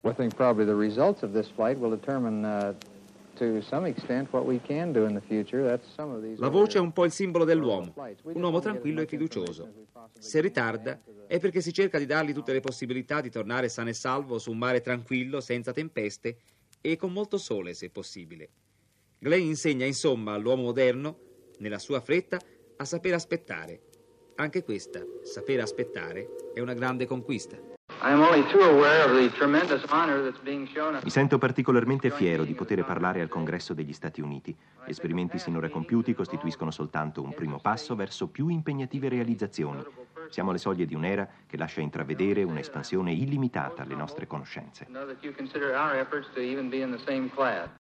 I think probably the results of this flight will determine to some extent what we can do in the future. That's some of these. La voce è un po' il simbolo dell'uomo, un uomo tranquillo e fiducioso. Se ritarda è perché si cerca di dargli tutte le possibilità di tornare sano e salvo su un mare tranquillo, senza tempeste e con molto sole, se possibile. Glenn insegna insomma all'uomo moderno, nella sua fretta, a sapere aspettare. Anche questa, sapere aspettare, è una grande conquista. Mi sento particolarmente fiero di poter parlare al Congresso degli Stati Uniti. Gli esperimenti sinora compiuti costituiscono soltanto un primo passo verso più impegnative realizzazioni. Siamo alle soglie di un'era che lascia intravedere un'espansione illimitata alle nostre conoscenze.